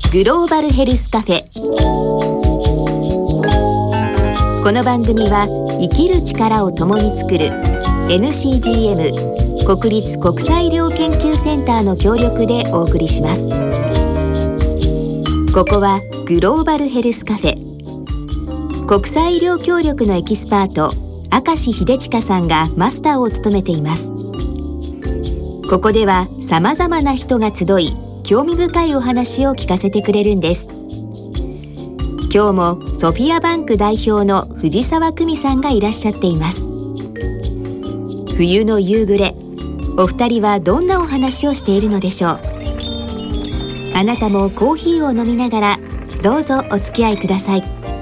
グローバルヘルスカフェ。この番組は生きる力を共に作る NCGM 国立国際医療研究センターの協力でお送りします。ここはグローバルヘルスカフェ。国際医療協力のエキスパート明石秀親さんがマスターを務めています。ここではさまざまな人が集い、興味深いお話を聞かせてくれるんです。今日もソフィアバンク代表の藤沢久美さんがいらっしゃっています。冬の夕暮れ、お二人はどんなお話をしているのでしょう。あなたもコーヒーを飲みながらどうぞお付き合いください。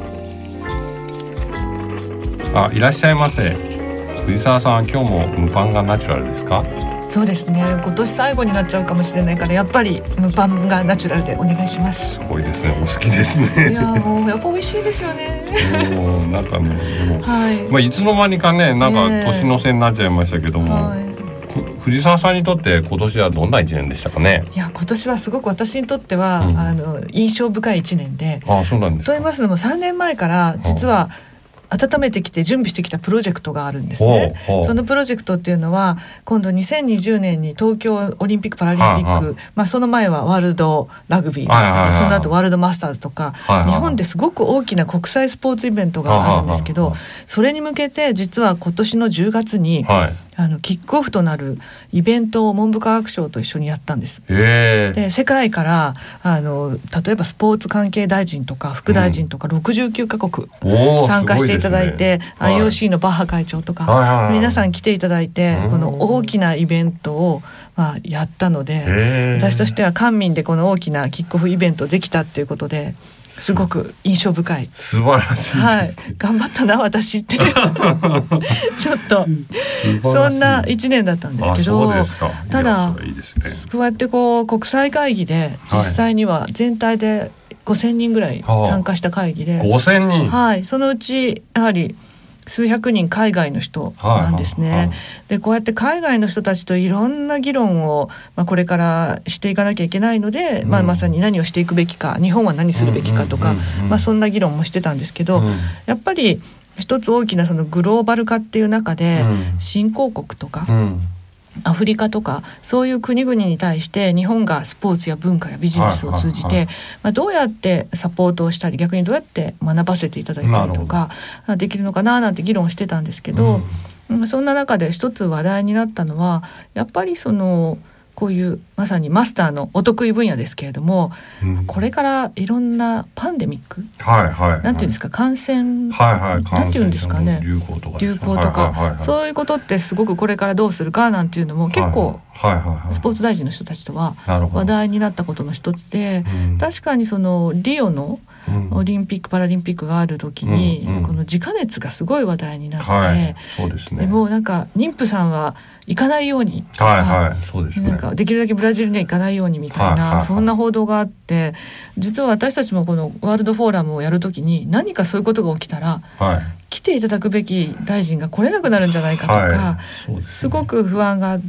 いらっしゃいませ。藤沢さん、今日も無パンがナチュラルですか？ そうですね、今年最後になっちゃうかもしれないから、やっぱり無パンがナチュラルでお願いします。 すごいですね、お好きですね。 いや、もうやっぱ美味しいですよね。 なんかもう、 はい、 いつの間にかね、なんか年の瀬になっちゃいましたけども、藤沢さんにとって今年はどんな一年でしたかね？ いや、今年はすごく私にとっては、印象深い一年で。 そうなんですか。 と言いますのも、3年前から実は温めてきて準備してきたプロジェクトがあるんですね。そのプロジェクトっていうのは、今度2020年に東京オリンピックパラリンピック、その前はワールドラグビーだったり、その後ワールドマスターズとか、日本ですごく大きな国際スポーツイベントがあるんですけど、それに向けて実は今年の10月に、キックオフとなるイベントを文部科学省と一緒にやったんです。で、世界から例えばスポーツ関係大臣とか副大臣とか69カ国参加していただいて、IOC のバッハ会長とか、皆さん来ていただいて、この大きなイベントをやったので、私としては官民でこの大きなキックオフイベントできたっていうことで、すごく印象深い。 素晴らしいですね。 頑張ったな私ってちょっとそんな一年だったんですけど、ただこうやって国際会議で実際には全体で5000人ぐらい参加した会議で、 5000人、 そのうちやはり数百人海外の人なんですね。で、こうやって海外の人たちといろんな議論を、これからしていかなきゃいけないので、まさに何をしていくべきか、日本は何するべきかとか、そんな議論もしてたんですけど、やっぱり一つ大きなそのグローバル化っていう中で、新興国とか、アフリカとかそういう国々に対して日本がスポーツや文化やビジネスを通じてどうやってサポートをしたり、逆にどうやって学ばせていただいたりとかできるのかななんて議論をしてたんですけど、そんな中で一つ話題になったのは、やっぱりこういうまさにマスターのお得意分野ですけれども、これからいろんなパンデミック、なんていうんですか、感染、なんていうんですかね、流行とか、そういうことってすごくこれからどうするかなんていうのも結構スポーツ大臣の人たちとは話題になったことの一つで、確かにリオのオリンピックパラリンピックがある時に、この自家熱がすごい話題になって、でもなんか妊婦さんは行かないように、なんかできるだけブラジルには行かないようにみたいな、そんな報道があって、実は私たちもこのワールドフォーラムをやるときに何かそういうことが起きたら、来ていただくべき大臣が来れなくなるんじゃないかとか、すごく不安があって、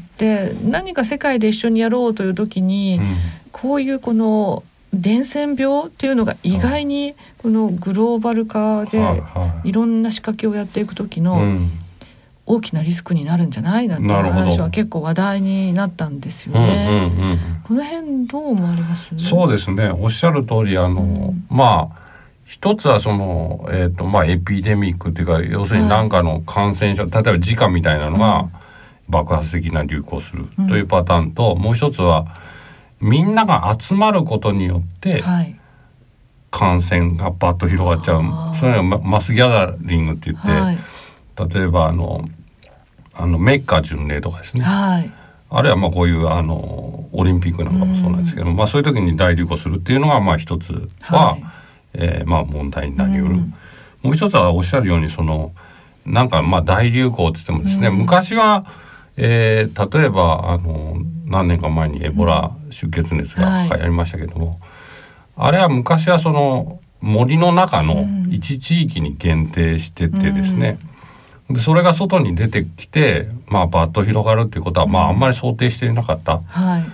何か世界で一緒にやろうというときに、こういうこの伝染病っていうのが意外にこのグローバル化でいろんな仕掛けをやっていく時の大きなリスクになるんじゃないなんていう話は結構話題になったんですよね。この辺どう思われます？ そうですね、おっしゃる通り、一つはエピデミックっていうか、要するに何かの感染症、例えばジカみたいなのが爆発的な流行するというパターンと、もう一つはみんなが集まることによって感染がバッと広がっちゃう、それはマスギャザリングって言って、例えばメッカ巡礼とかですね、あるいはこういうオリンピックなんかもそうなんですけど、そういう時に大流行するっていうのが一つは、問題になりうる。もう一つはおっしゃるように、なんか大流行って言ってもですね、昔は例えば何年か前にエボラ出血熱が流行りましたけども、あれは昔は森の中の一地域に限定しててですね、でそれが外に出てきて、バッと広がるっていうことは、あんまり想定していなかった、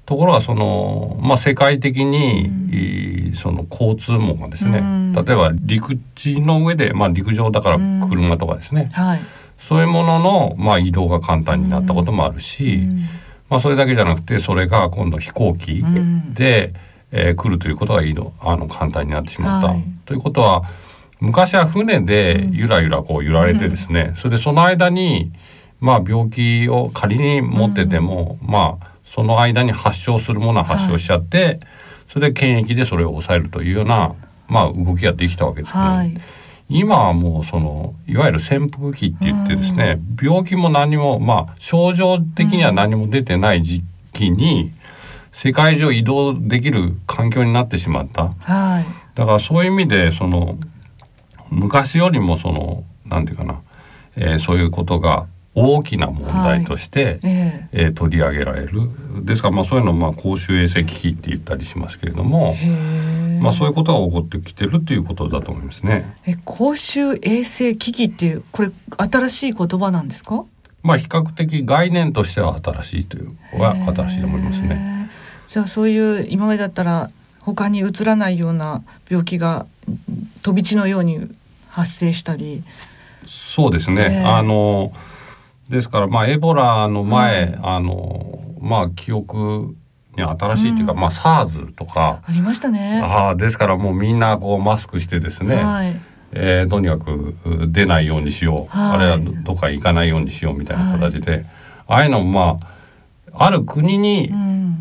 ところが世界的に、その交通網がですね、例えば陸地の上で、陸上だから車とかですね、そういうものの、移動が簡単になったこともあるし、それだけじゃなくてそれが今度飛行機で、来るということが簡単になってしまった、ということは昔は船でゆらゆら揺られてですね、それでその間に、病気を仮に持ってても、その間に発症するものは発症しちゃって、それで検疫でそれを抑えるというような、動きができたわけですね。今はもういわゆる潜伏期って言ってですね、病気も何も、症状的には何も出てない時期に世界中移動できる環境になってしまった、だからそういう意味で昔よりもなんていうかな、そういうことが大きな問題として、取り上げられる。ですからそういうのを公衆衛生危機って言ったりしますけれども、そういうことが起こってきてるっていうことだと思いますね。 公衆衛生危機っていうこれ新しい言葉なんですか？ 比較的概念としては新しいというのが新しいと思いますね。 じゃあそういう今までだったら他にうつらないような病気が飛び地のように発生したり。 そうですね、ですからエボラの前、記憶に新しいというか、SARS とかありましたね。 ですからもうみんなマスクしてですね、とにかく出ないようにしよう、あるいはどっか行かないようにしようみたいな形で、ああいうのもある国に、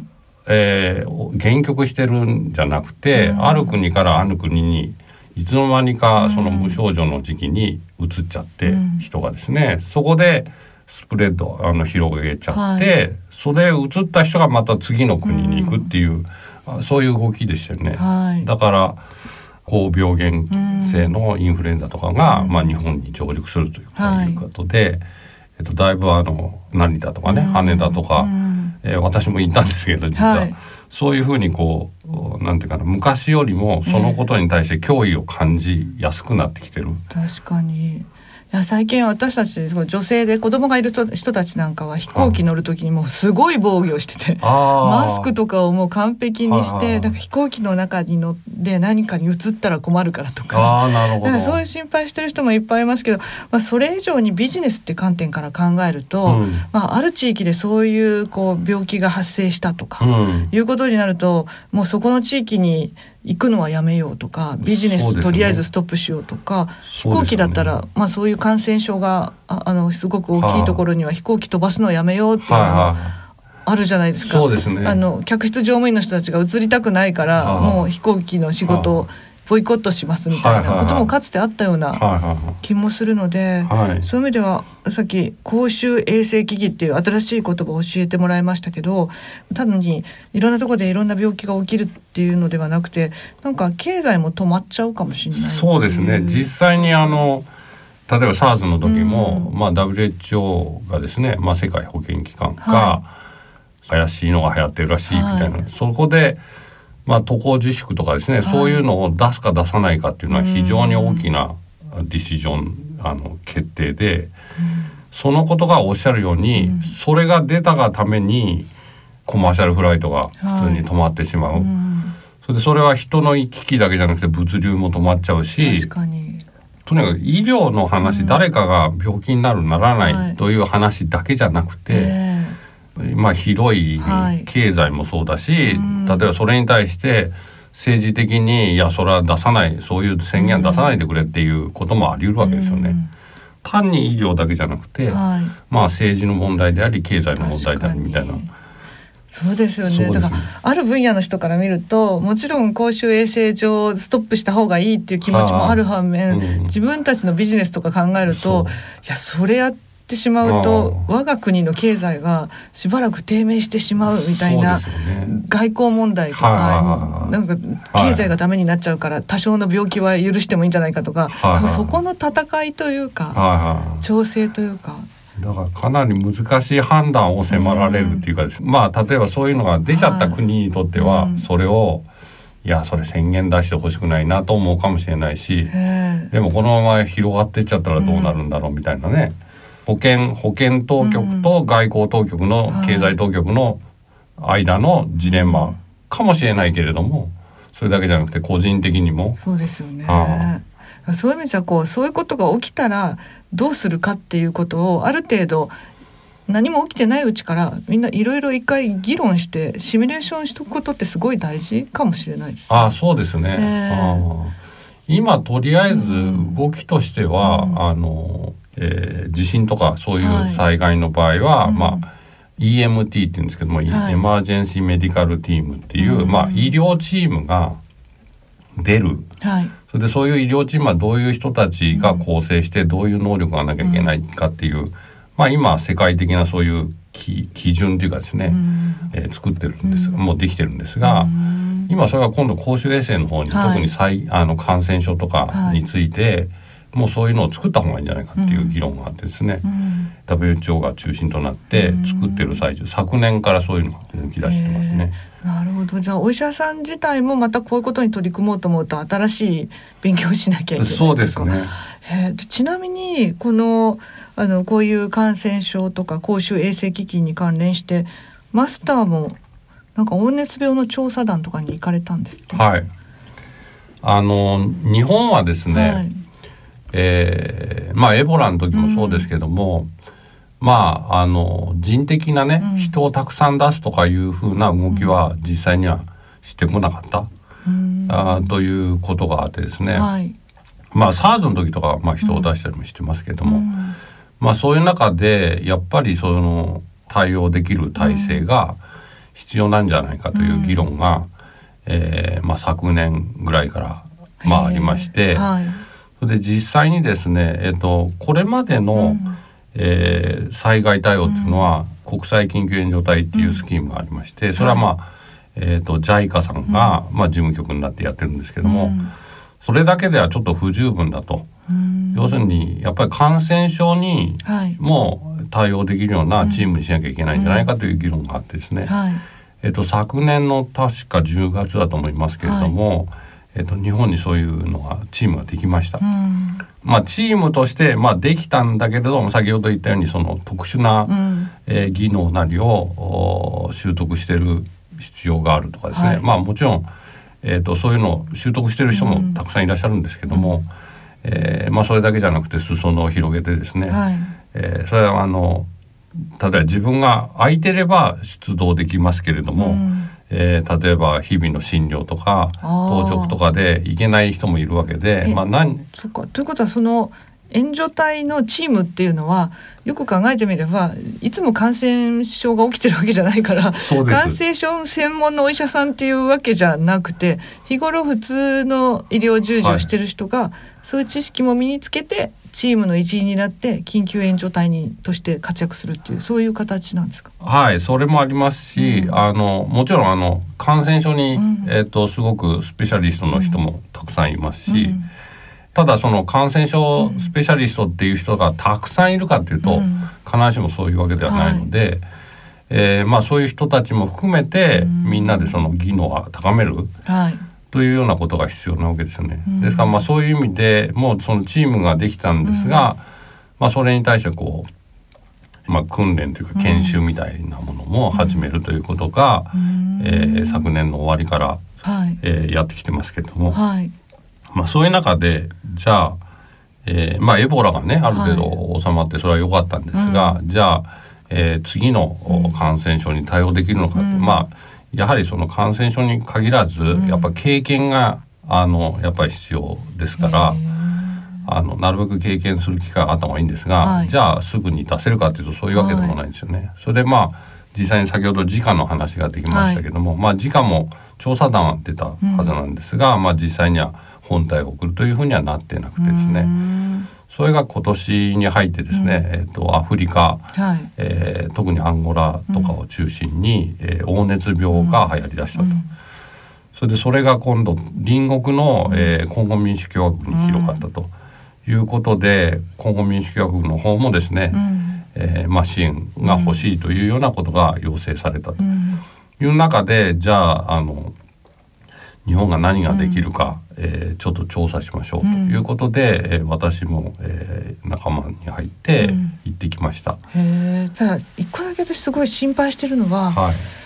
限局してるんじゃなくて、ある国からある国にいつの間にかその無症状の時期に移っちゃって、人がですね、そこでスプレッド広げちゃって、それ移った人がまた次の国に行くっていう、そういう動きでしたよね。だから高病原性のインフルエンザとかが、日本に上陸するということで、だいぶ成田とかね、羽田とか、私も行ったんですけど実は、そういうふうになんていうかな、昔よりもそのことに対して脅威を感じやすくなってきてる。 確かに。いや最近私たち女性で子供がいる人たちなんかは飛行機乗る時にもうすごい防御をしてて、マスクとかをもう完璧にして、だから飛行機の中に乗って何かに移ったら困るからとか、 なるほど、 そういう心配してる人もいっぱいいますけど、それ以上にビジネスっていう観点から考えると、ある地域でそういう病気が発生したとか、いうことになるともうそこの地域に行くのはやめようとか、ビジネスとりあえずストップしようとか、飛行機だったら、そういう感染症がすごく大きいところには飛行機飛ばすのをやめようっていうのがあるじゃないですか。 そうですね、 客室乗務員の人たちが移りたくないから、もう飛行機の仕事をボイコットしますみたいなこともかつてあったような気もするので、そういう意味ではさっき公衆衛生危機っていう新しい言葉を教えてもらいましたけど、単にいろんなところでいろんな病気が起きるっていうのではなくて、なんか経済も止まっちゃうかもしれない。 そうですね、実際に例えば SARS の時も、WHO がですね、世界保健機関が怪しいのが流行ってるらしいみたいな、そこで渡航自粛とかですね、そういうのを出すか出さないかっていうのは非常に大きなディシジョン決定で、そのことがおっしゃるように、それが出たがためにコマーシャルフライトが普通に止まってしまう、それは人の行き来だけじゃなくて物流も止まっちゃうし、 確かにとにかく医療の話、誰かが病気になるならないという話だけじゃなくて、広い経済もそうだし、例えばそれに対して政治的にいやそれは出さない、そういう宣言出さないでくれっていうこともあり得るわけですよね。単に医療だけじゃなくて、政治の問題であり経済の問題でありみたいな。 そうですよね。だからある分野の人から見ると、もちろん公衆衛生上ストップした方がいいっていう気持ちもある反面、自分たちのビジネスとか考えると、いやそれやってしまうと我が国の経済がしばらく低迷してしまうみたいな、外交問題とか、なんか経済がダメになっちゃうから多少の病気は許してもいいんじゃないかとか、そこの戦いというか、調整というか、 だからかなり難しい判断を迫られるっていうかですね、例えばそういうのが出ちゃった国にとっては、それをいやそれ宣言出してほしくないなと思うかもしれないし、でもこのまま広がっていっちゃったらどうなるんだろうみたいなね、保健当局と外交当局の経済当局の間のジレンマかもしれないけれども、それだけじゃなくて個人的にもそうですよね。そういう意味じゃそういうことが起きたらどうするかっていうことをある程度何も起きてないうちからみんないろいろ一回議論してシミュレーションしておくことってすごい大事かもしれないですね。 そうですね。今とりあえず動きとしては、地震とかそういう災害の場合は、EMT って言うんですけども、エマージェンシーメディカルティームっていう、医療チームが出る、それでそういう医療チームはどういう人たちが構成してどういう能力がなきゃいけないかっていう、今世界的なそういう基準というかですね、作ってるんです、もうできてるんですが、今それが今度公衆衛生の方に、特に感染症とかについて、もうそういうのを作った方がいいんじゃないかっていう議論があってですね、WHO が中心となって作ってる最中、昨年からそういうのが動き出してますね。 なるほど。じゃあお医者さん自体もまたこういうことに取り組もうと思うと新しい勉強をしなきゃいけないとか。 そうですね。 ちなみにこういう感染症とか公衆衛生機器に関連してマスターもなんか黄熱病の調査団とかに行かれたんですって。 はい。日本はですね、エボラの時もそうですけども、人的なね、人をたくさん出すとかいうふうな動きは実際にはしてこなかった、ということがあってですね、SARS の時とかは人を出したりもしてますけども、そういう中でやっぱりその対応できる体制が必要なんじゃないかという議論が、昨年ぐらいからありまして、それで実際にですね、これまでの、災害対応っていうのは、国際緊急援助隊っていうスキームがありまして、それはJICA さんが、事務局になってやってるんですけども、それだけではちょっと不十分だと。要するにやっぱり感染症にも対応できるようなチームにしなきゃいけないんじゃないかという議論があってですね、昨年の確か10月だと思いますけれども、日本にそういうのがチームができました。チームとして、できたんだけれども、先ほど言ったようにその特殊な、技能なりを習得している必要があるとかですね、もちろん、そういうのを習得している人もたくさんいらっしゃるんですけども、それだけじゃなくて裾野を広げてですね、それは例えば自分が空いてれば出動できますけれども、例えば日々の診療とか当直とかで行けない人もいるわけで、 そっか。ということはその援助隊のチームっていうのはよく考えてみればいつも感染症が起きてるわけじゃないから、感染症専門のお医者さんっていうわけじゃなくて、日頃普通の医療従事をしてる人が、そういう知識も身につけてチームの一員になって緊急援助隊として活躍するっていう、そういう形なんですか？ それもありますし、もちろん感染症に、すごくスペシャリストの人もたくさんいますし、ただその感染症スペシャリストっていう人がたくさんいるかっていうと、必ずしもそういうわけではないので、そういう人たちも含めて、みんなでその技能を高める、というようなことが必要なわけですよね。ですからそういう意味でもうそのチームができたんですが、それに対して訓練というか研修みたいなものも始めるということが、昨年の終わりから、やってきてますけれども、そういう中でじゃあ、エボラがねある程度収まってそれは良かったんですが、じゃあ、次の感染症に対応できるのかって、やはりその感染症に限らず、やっぱ経験がやっぱり必要ですから、なるべく経験する機会があった方がいいんですが、じゃあすぐに出せるかというとそういうわけでもないんですよね。それで実際に先ほどJICAの話ができましたけども、JICAも調査団は出たはずなんですが、実際には本体を送るというふうにはなってなくてですね、それが今年に入ってですね、アフリカ、特にアンゴラとかを中心に、黄熱病が流行りだしたと、それが今度隣国の、コンゴ民主共和国に広がったということで、コンゴ民主共和国の方もですね、支援が欲しいというようなことが要請されたという中で、じゃあ日本が何ができるか、ちょっと調査しましょうということで、私も、仲間に入って行ってきました。 ただ一個だけ私すごい心配してるのは、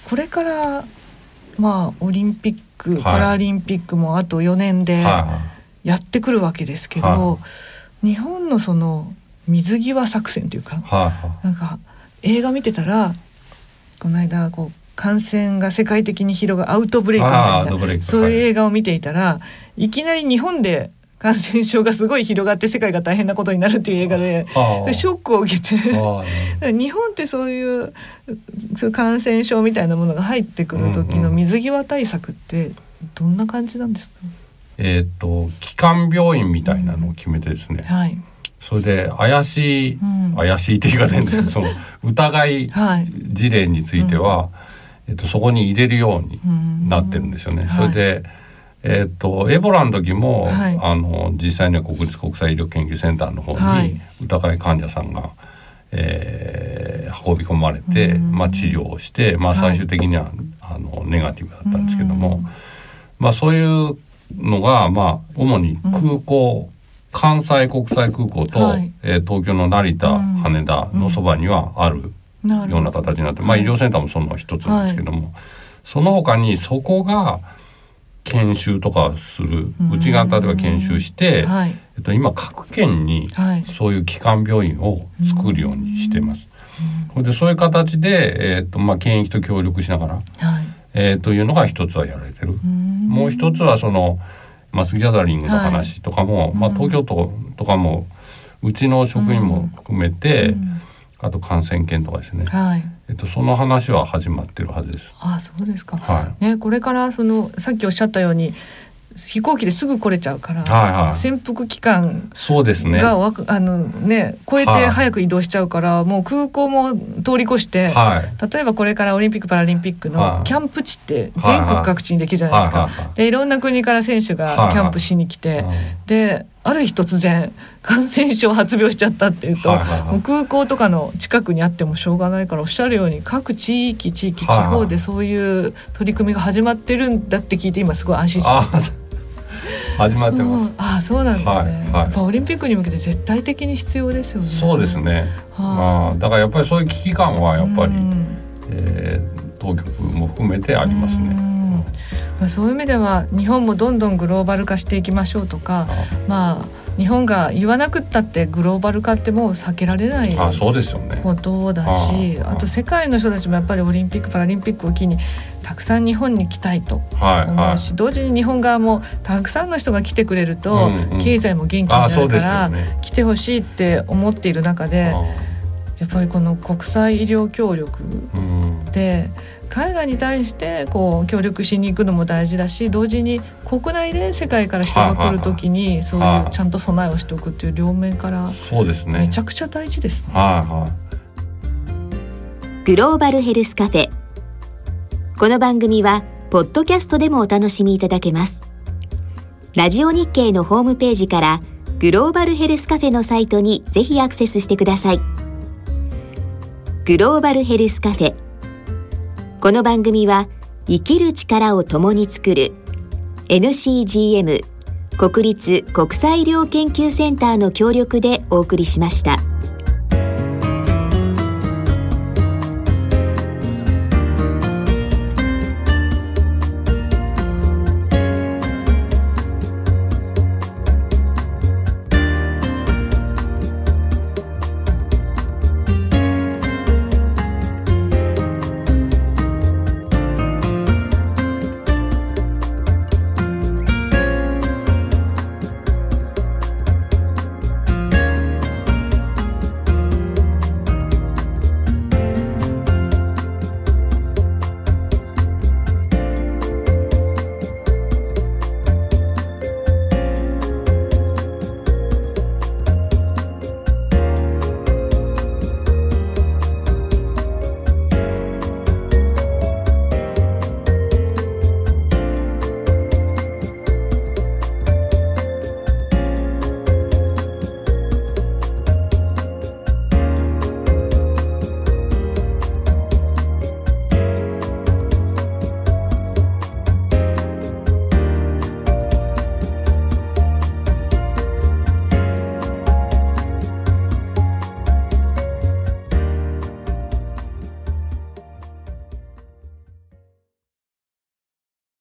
これからオリンピック、パラリンピックもあと4年でやってくるわけですけど、日本のその水際作戦というか、なんか映画見てたらこの間感染が世界的に広がるアウトブレイクみたいな、そういう映画を見ていたら、いきなり日本で感染症がすごい広がって世界が大変なことになるっていう映画でショックを受けて日本ってそういう感染症みたいなものが入ってくる時の水際対策ってどんな感じなんですか？ 基幹病院みたいなのを決めてですね、それで怪しいって言い方変ですけど、その疑い事例については、そこに入れるようになってるんですよね。それでエボラの時も、実際には国立国際医療研究センターの方に疑い患者さんが、運び込まれて、治療をして、最終的にはネガティブだったんですけども、そういうのが、主に空港、関西国際空港と、東京の成田、羽田のそばにはあるような形になって、医療センターもその一つなんですけども、その他にそこが研修とかする、うちが例えば研修して、今各県にそういう基幹病院を作るようにしています。でそういう形で、検疫と協力しながら、というのが一つはやられてる。もう一つはそのマスギャザリングの話とかも、東京都とかもうちの職員も含めて、あと感染研とかですね、その話は始まってるはずです。 そうですか。これからさっきおっしゃったように飛行機ですぐ来れちゃうから、潜伏期間が超えて早く移動しちゃうから、もう空港も通り越して、例えばこれからオリンピックパラリンピックのキャンプ地って全国各地にできるじゃないですか。でいろんな国から選手がキャンプしに来て、である日突然感染症発病しちゃったっていうと、もう空港とかの近くにあってもしょうがないから、おっしゃるように各地域地方でそういう取り組みが始まってるんだって聞いて、今すごい安心しました。 始まってます。 そうなんですね。やっぱオリンピックに向けて絶対的に必要ですよね。 そうですね。だからやっぱりそういう危機感はやっぱり、当局も含めてありますね。 そういう意味では日本もどんどんグローバル化していきましょうとか、日本が言わなくったってグローバル化ってもう避けられないことだし、あと世界の人たちもやっぱりオリンピックパラリンピックを機にたくさん日本に来たいと思うし、同時に日本側もたくさんの人が来てくれると、経済も元気になるから、来てほしいって思っている中で、やっぱりこの国際医療協力で海外に対して協力しに行くのも大事だし、同時に国内で世界から人が来るときにそういうちゃんと備えをしておくっていう両面からめちゃくちゃ大事ですね。 グローバルヘルスカフェ。この番組はポッドキャストでもお楽しみいただけます。ラジオ日経のホームページからグローバルヘルスカフェのサイトにぜひアクセスしてください。グローバルヘルスカフェ。この番組は生きる力を共に作る NCGM 国立国際医療研究センターの協力でお送りしました。